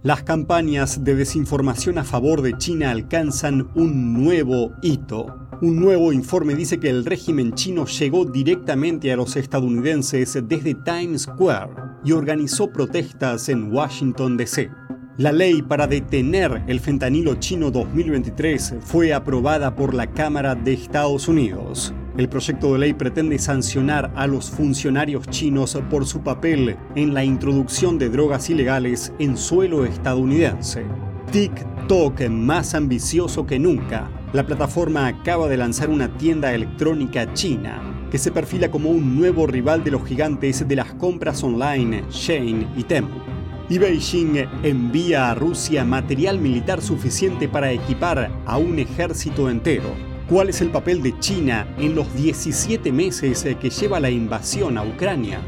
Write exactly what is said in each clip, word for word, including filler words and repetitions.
Las campañas de desinformación a favor de China alcanzan un nuevo hito. Un nuevo informe dice que el régimen chino llegó directamente a los estadounidenses desde Times Square y organizó protestas en Washington, D C La ley para detener el fentanilo chino dos mil veintitrés fue aprobada por la Cámara de Estados Unidos. El proyecto de ley pretende sancionar a los funcionarios chinos por su papel en la introducción de drogas ilegales en suelo estadounidense. TikTok, más ambicioso que nunca. La plataforma acaba de lanzar una tienda electrónica china que se perfila como un nuevo rival de los gigantes de las compras online, Shein y Temu. Y Beijing envía a Rusia material militar suficiente para equipar a un ejército entero. ¿Cuál es el papel de China en los diecisiete meses que lleva la invasión a Ucrania?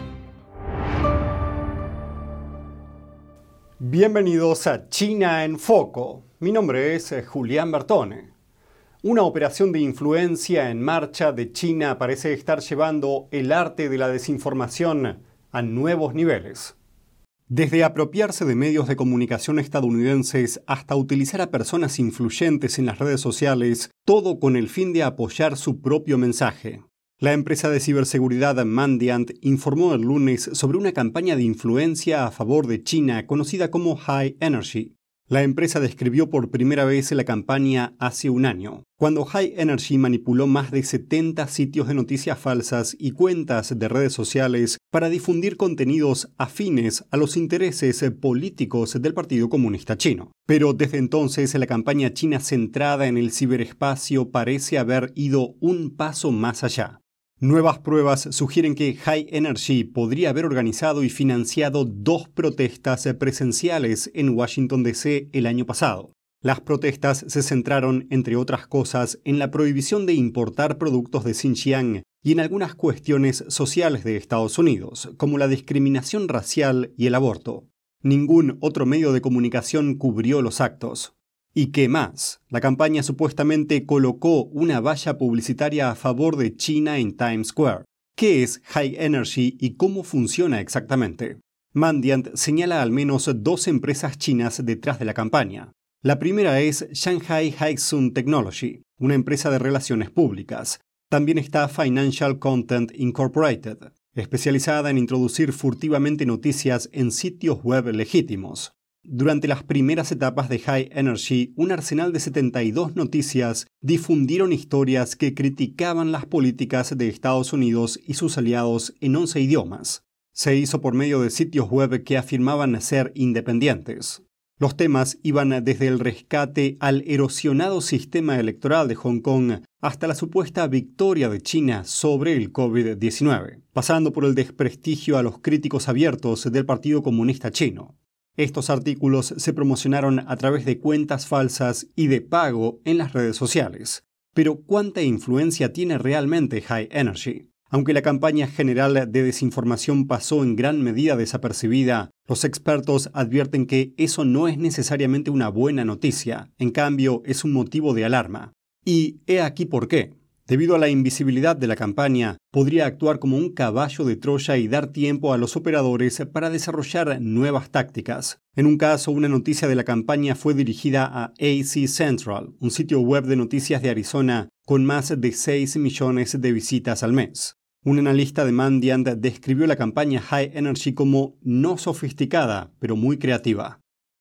Bienvenidos a China en Foco. Mi nombre es Julián Bertone. Una operación de influencia en marcha de China parece estar llevando el arte de la desinformación a nuevos niveles. Desde apropiarse de medios de comunicación estadounidenses hasta utilizar a personas influyentes en las redes sociales, todo con el fin de apoyar su propio mensaje. La empresa de ciberseguridad Mandiant informó el lunes sobre una campaña de influencia a favor de China conocida como High Energy. La empresa describió por primera vez la campaña hace un año, cuando High Energy manipuló más de setenta sitios de noticias falsas y cuentas de redes sociales para difundir contenidos afines a los intereses políticos del Partido Comunista Chino. Pero desde entonces la campaña china centrada en el ciberespacio parece haber ido un paso más allá. Nuevas pruebas sugieren que High Energy podría haber organizado y financiado dos protestas presenciales en Washington, D C el año pasado. Las protestas se centraron, entre otras cosas, en la prohibición de importar productos de Xinjiang y en algunas cuestiones sociales de Estados Unidos, como la discriminación racial y el aborto. Ningún otro medio de comunicación cubrió los actos. ¿Y qué más? La campaña supuestamente colocó una valla publicitaria a favor de China en Times Square. ¿Qué es High Energy y cómo funciona exactamente? Mandiant señala al menos dos empresas chinas detrás de la campaña. La primera es Shanghai Hisun Technology, una empresa de relaciones públicas. También está Financial Content Incorporated, especializada en introducir furtivamente noticias en sitios web legítimos. Durante las primeras etapas de High Energy, un arsenal de setenta y dos noticias difundieron historias que criticaban las políticas de Estados Unidos y sus aliados en once idiomas. Se hizo por medio de sitios web que afirmaban ser independientes. Los temas iban desde el rescate al erosionado sistema electoral de Hong Kong hasta la supuesta victoria de China sobre el COVID diecinueve, pasando por el desprestigio a los críticos abiertos del Partido Comunista Chino. Estos artículos se promocionaron a través de cuentas falsas y de pago en las redes sociales. Pero ¿cuánta influencia tiene realmente High Energy? Aunque la campaña general de desinformación pasó en gran medida desapercibida, los expertos advierten que eso no es necesariamente una buena noticia, en cambio es un motivo de alarma. Y he aquí por qué. Debido a la invisibilidad de la campaña, podría actuar como un caballo de Troya y dar tiempo a los operadores para desarrollar nuevas tácticas. En un caso, una noticia de la campaña fue dirigida a A C Central, un sitio web de noticias de Arizona con más de seis millones de visitas al mes. Un analista de Mandiant describió la campaña High Energy como no sofisticada, pero muy creativa.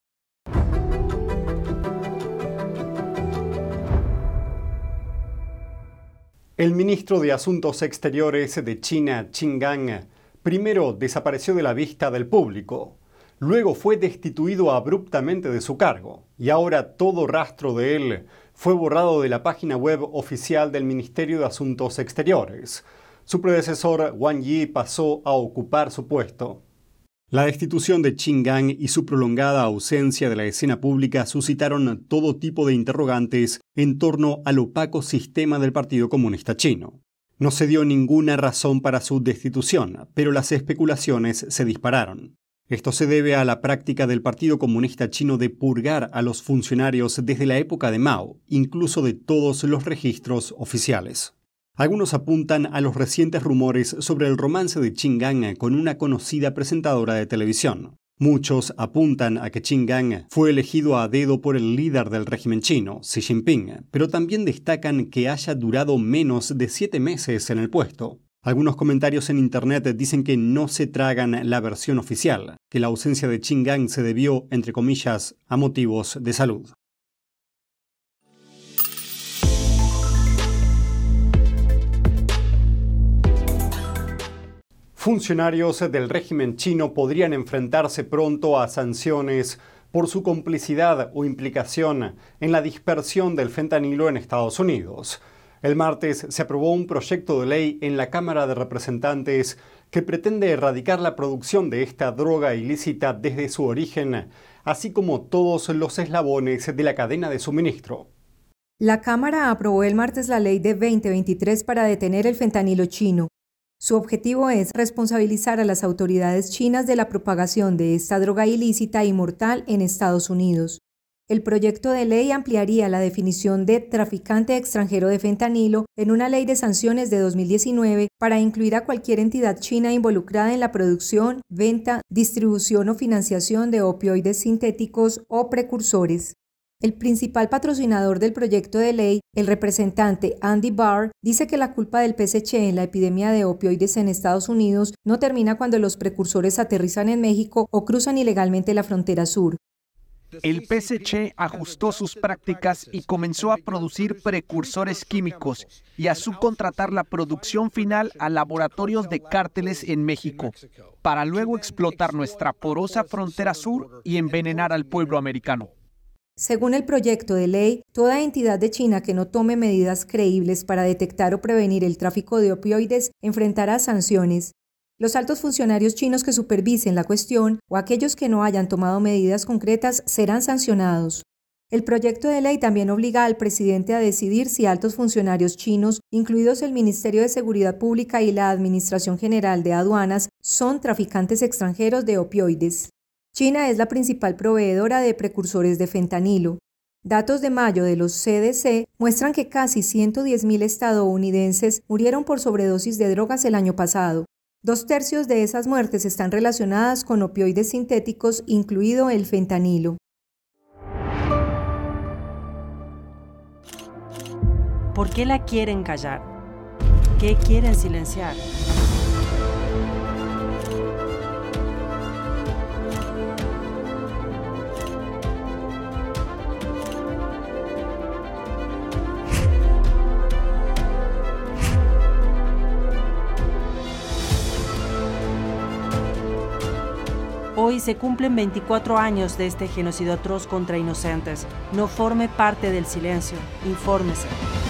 El ministro de Asuntos Exteriores de China, Qin Gang, primero desapareció de la vista del público, luego fue destituido abruptamente de su cargo y ahora todo rastro de él fue borrado de la página web oficial del Ministerio de Asuntos Exteriores. Su predecesor, Wang Yi, pasó a ocupar su puesto. La destitución de Qin Gang y su prolongada ausencia de la escena pública suscitaron todo tipo de interrogantes en torno al opaco sistema del Partido Comunista Chino. No se dio ninguna razón para su destitución, pero las especulaciones se dispararon. Esto se debe a la práctica del Partido Comunista Chino de purgar a los funcionarios desde la época de Mao, incluso de todos los registros oficiales. Algunos apuntan a los recientes rumores sobre el romance de Qin Gang con una conocida presentadora de televisión. Muchos apuntan a que Qin Gang fue elegido a dedo por el líder del régimen chino, Xi Jinping, pero también destacan que haya durado menos de siete meses en el puesto. Algunos comentarios en internet dicen que no se tragan la versión oficial, que la ausencia de Qin Gang se debió, entre comillas, a motivos de salud. Funcionarios del régimen chino podrían enfrentarse pronto a sanciones por su complicidad o implicación en la dispersión del fentanilo en Estados Unidos. El martes se aprobó un proyecto de ley en la Cámara de Representantes que pretende erradicar la producción de esta droga ilícita desde su origen, así como todos los eslabones de la cadena de suministro. La Cámara aprobó el martes la ley de veinte veintitrés para detener el fentanilo chino. Su objetivo es responsabilizar a las autoridades chinas de la propagación de esta droga ilícita y mortal en Estados Unidos. El proyecto de ley ampliaría la definición de traficante extranjero de fentanilo en una ley de sanciones de dos mil diecinueve para incluir a cualquier entidad china involucrada en la producción, venta, distribución o financiación de opioides sintéticos o precursores. El principal patrocinador del proyecto de ley, el representante Andy Barr, dice que la culpa del P S Ch en la epidemia de opioides en Estados Unidos no termina cuando los precursores aterrizan en México o cruzan ilegalmente la frontera sur. El P S Ch ajustó sus prácticas y comenzó a producir precursores químicos y a subcontratar la producción final a laboratorios de cárteles en México, para luego explotar nuestra porosa frontera sur y envenenar al pueblo americano. Según el proyecto de ley, toda entidad de China que no tome medidas creíbles para detectar o prevenir el tráfico de opioides enfrentará sanciones. Los altos funcionarios chinos que supervisen la cuestión o aquellos que no hayan tomado medidas concretas serán sancionados. El proyecto de ley también obliga al presidente a decidir si altos funcionarios chinos, incluidos el Ministerio de Seguridad Pública y la Administración General de Aduanas, son traficantes extranjeros de opioides. China es la principal proveedora de precursores de fentanilo. Datos de mayo de los C D C muestran que casi ciento diez mil estadounidenses murieron por sobredosis de drogas el año pasado. Dos tercios de esas muertes están relacionadas con opioides sintéticos, incluido el fentanilo. ¿Por qué la quieren callar? ¿Qué quieren silenciar? Hoy se cumplen veinticuatro años de este genocidio atroz contra inocentes. No forme parte del silencio. Infórmese.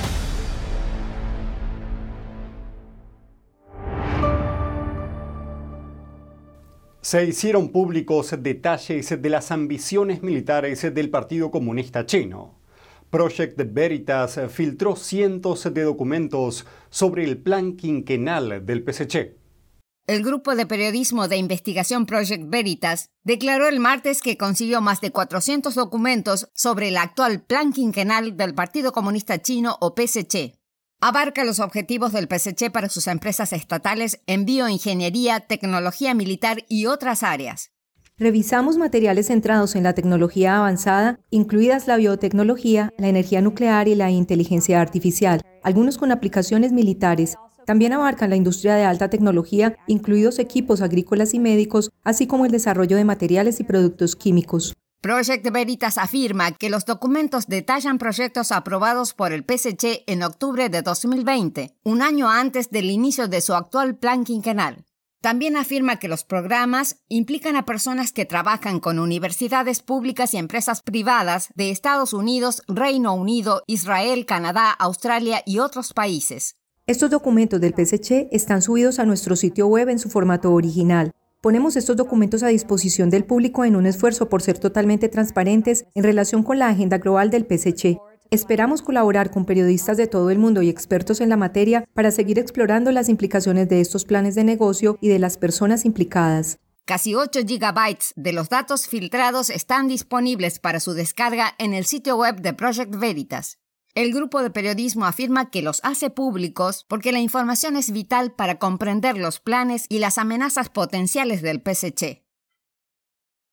Se hicieron públicos detalles de las ambiciones militares del Partido Comunista Chino. Project Veritas filtró cientos de documentos sobre el plan quinquenal del P S Ch. El grupo de periodismo de investigación Project Veritas declaró el martes que consiguió más de cuatrocientos documentos sobre el actual plan quinquenal del Partido Comunista Chino o P S Ch. Abarca los objetivos del P S Ch para sus empresas estatales en bioingeniería, tecnología militar y otras áreas. Revisamos materiales centrados en la tecnología avanzada, incluidas la biotecnología, la energía nuclear y la inteligencia artificial, algunos con aplicaciones militares. También abarcan la industria de alta tecnología, incluidos equipos agrícolas y médicos, así como el desarrollo de materiales y productos químicos. Project Veritas afirma que los documentos detallan proyectos aprobados por el P S Ch en octubre de dos mil veinte, un año antes del inicio de su actual plan quinquenal. También afirma que los programas implican a personas que trabajan con universidades públicas y empresas privadas de Estados Unidos, Reino Unido, Israel, Canadá, Australia y otros países. Estos documentos del P S Ch están subidos a nuestro sitio web en su formato original. Ponemos estos documentos a disposición del público en un esfuerzo por ser totalmente transparentes en relación con la agenda global del P S Ch. Esperamos colaborar con periodistas de todo el mundo y expertos en la materia para seguir explorando las implicaciones de estos planes de negocio y de las personas implicadas. Casi ocho gigabytes de los datos filtrados están disponibles para su descarga en el sitio web de Project Veritas. El grupo de periodismo afirma que los hace públicos porque la información es vital para comprender los planes y las amenazas potenciales del P S Ch.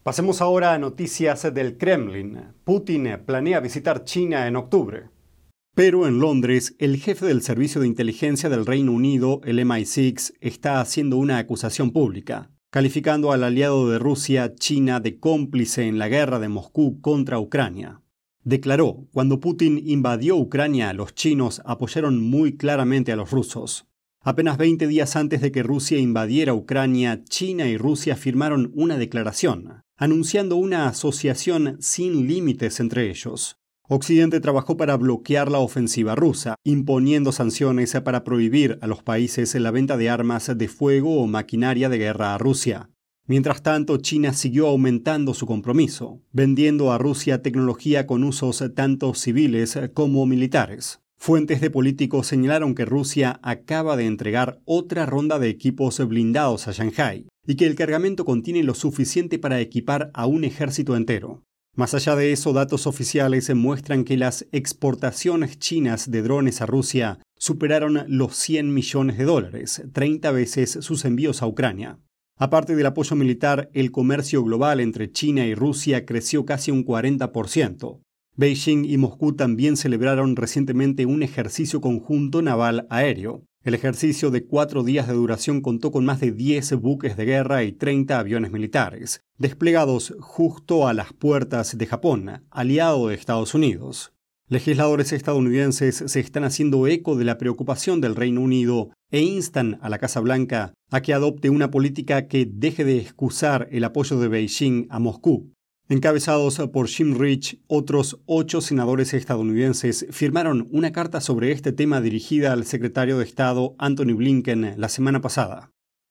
Pasemos ahora a noticias del Kremlin. Putin planea visitar China en octubre. Pero en Londres, el jefe del Servicio de Inteligencia del Reino Unido, el M I seis, está haciendo una acusación pública, calificando al aliado de Rusia, China, de cómplice en la guerra de Moscú contra Ucrania. Declaró, cuando Putin invadió Ucrania, los chinos apoyaron muy claramente a los rusos. Apenas veinte días antes de que Rusia invadiera Ucrania, China y Rusia firmaron una declaración, anunciando una asociación sin límites entre ellos. Occidente trabajó para bloquear la ofensiva rusa, imponiendo sanciones para prohibir a los países la venta de armas de fuego o maquinaria de guerra a Rusia. Mientras tanto, China siguió aumentando su compromiso, vendiendo a Rusia tecnología con usos tanto civiles como militares. Fuentes de políticos señalaron que Rusia acaba de entregar otra ronda de equipos blindados a Shanghái y que el cargamento contiene lo suficiente para equipar a un ejército entero. Más allá de eso, datos oficiales muestran que las exportaciones chinas de drones a Rusia superaron los cien millones de dólares, treinta veces sus envíos a Ucrania. Aparte del apoyo militar, el comercio global entre China y Rusia creció casi un cuarenta por ciento. Beijing y Moscú también celebraron recientemente un ejercicio conjunto naval aéreo. El ejercicio de cuatro días de duración contó con más de diez buques de guerra y treinta aviones militares, desplegados justo a las puertas de Japón, aliado de Estados Unidos. Legisladores estadounidenses se están haciendo eco de la preocupación del Reino Unido e instan a la Casa Blanca a que adopte una política que deje de excusar el apoyo de Beijing a Moscú. Encabezados por Jim Rich, otros ocho senadores estadounidenses firmaron una carta sobre este tema dirigida al secretario de Estado Antony Blinken la semana pasada.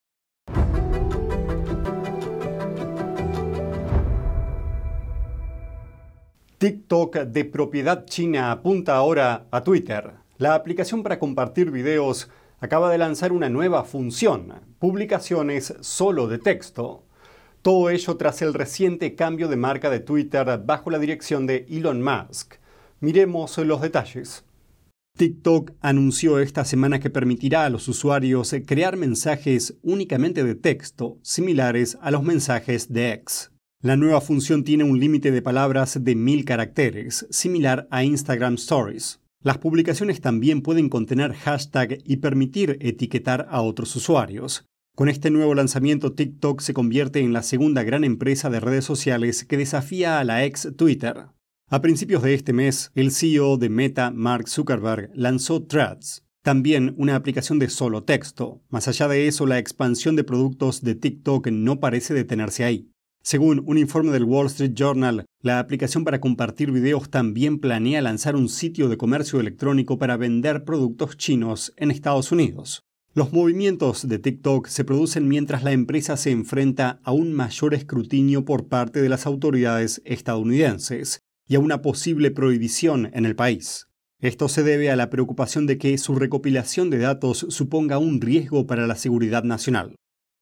TikTok, de propiedad china, apunta ahora a Twitter. La aplicación para compartir videos acaba de lanzar una nueva función, publicaciones solo de texto. Todo ello tras el reciente cambio de marca de Twitter bajo la dirección de Elon Musk. Miremos los detalles. TikTok anunció esta semana que permitirá a los usuarios crear mensajes únicamente de texto, similares a los mensajes de X. La nueva función tiene un límite de palabras de mil caracteres, similar a Instagram Stories. Las publicaciones también pueden contener hashtag y permitir etiquetar a otros usuarios. Con este nuevo lanzamiento, TikTok se convierte en la segunda gran empresa de redes sociales que desafía a la ex Twitter. A principios de este mes, el C E O de Meta, Mark Zuckerberg, lanzó Threads, también una aplicación de solo texto. Más allá de eso, la expansión de productos de TikTok no parece detenerse ahí. Según un informe del Wall Street Journal, la aplicación para compartir videos también planea lanzar un sitio de comercio electrónico para vender productos chinos en Estados Unidos. Los movimientos de TikTok se producen mientras la empresa se enfrenta a un mayor escrutinio por parte de las autoridades estadounidenses y a una posible prohibición en el país. Esto se debe a la preocupación de que su recopilación de datos suponga un riesgo para la seguridad nacional.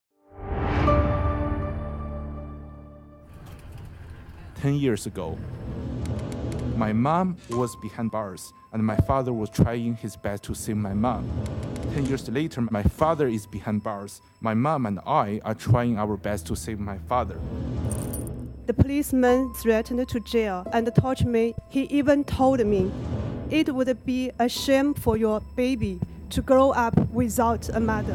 Ten years ago, my mom was behind bars, and my father was trying his best to save my mom. Ten years later, my father is behind bars. My mom and I are trying our best to save my father. The policeman threatened to jail and torture me. He even told me it would be a shame for your baby to grow up without a mother.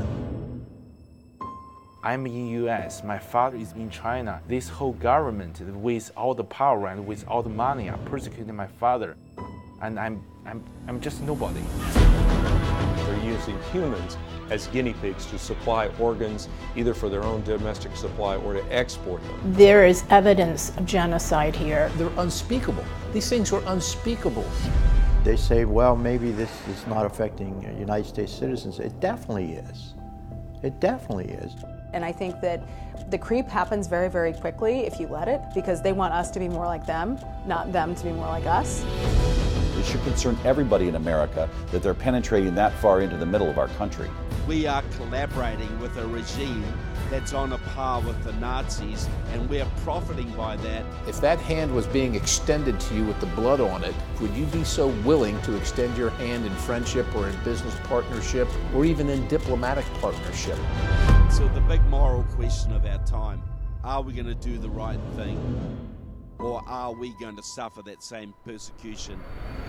I'm in U S, my father is in China. This whole government, with all the power and with all the money, are persecuting my father. And I'm, I'm, I'm just nobody. They're using humans as guinea pigs to supply organs, either for their own domestic supply or to export them. There is evidence of genocide here. They're unspeakable. These things were unspeakable. They say, well, maybe this is not affecting United States citizens. It definitely is. It definitely is. And I think that the creep happens very, very quickly if you let it, because they want us to be more like them, not them to be more like us. It should concern everybody in America that they're penetrating that far into the middle of our country. We are collaborating with a regime that's on a par with the Nazis, and we're profiting by that. If that hand was being extended to you with the blood on it, would you be so willing to extend your hand in friendship or in business partnership or even in diplomatic partnership? So the big moral question of our time, Are we going to do the right thing? Or are we going to suffer that same persecution?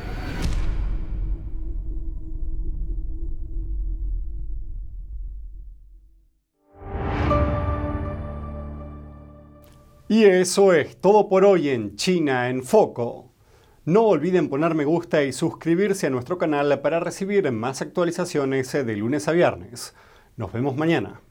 Y eso es todo por hoy en China en Foco. No olviden poner me gusta y suscribirse a nuestro canal para recibir más actualizaciones de lunes a viernes. Nos vemos mañana.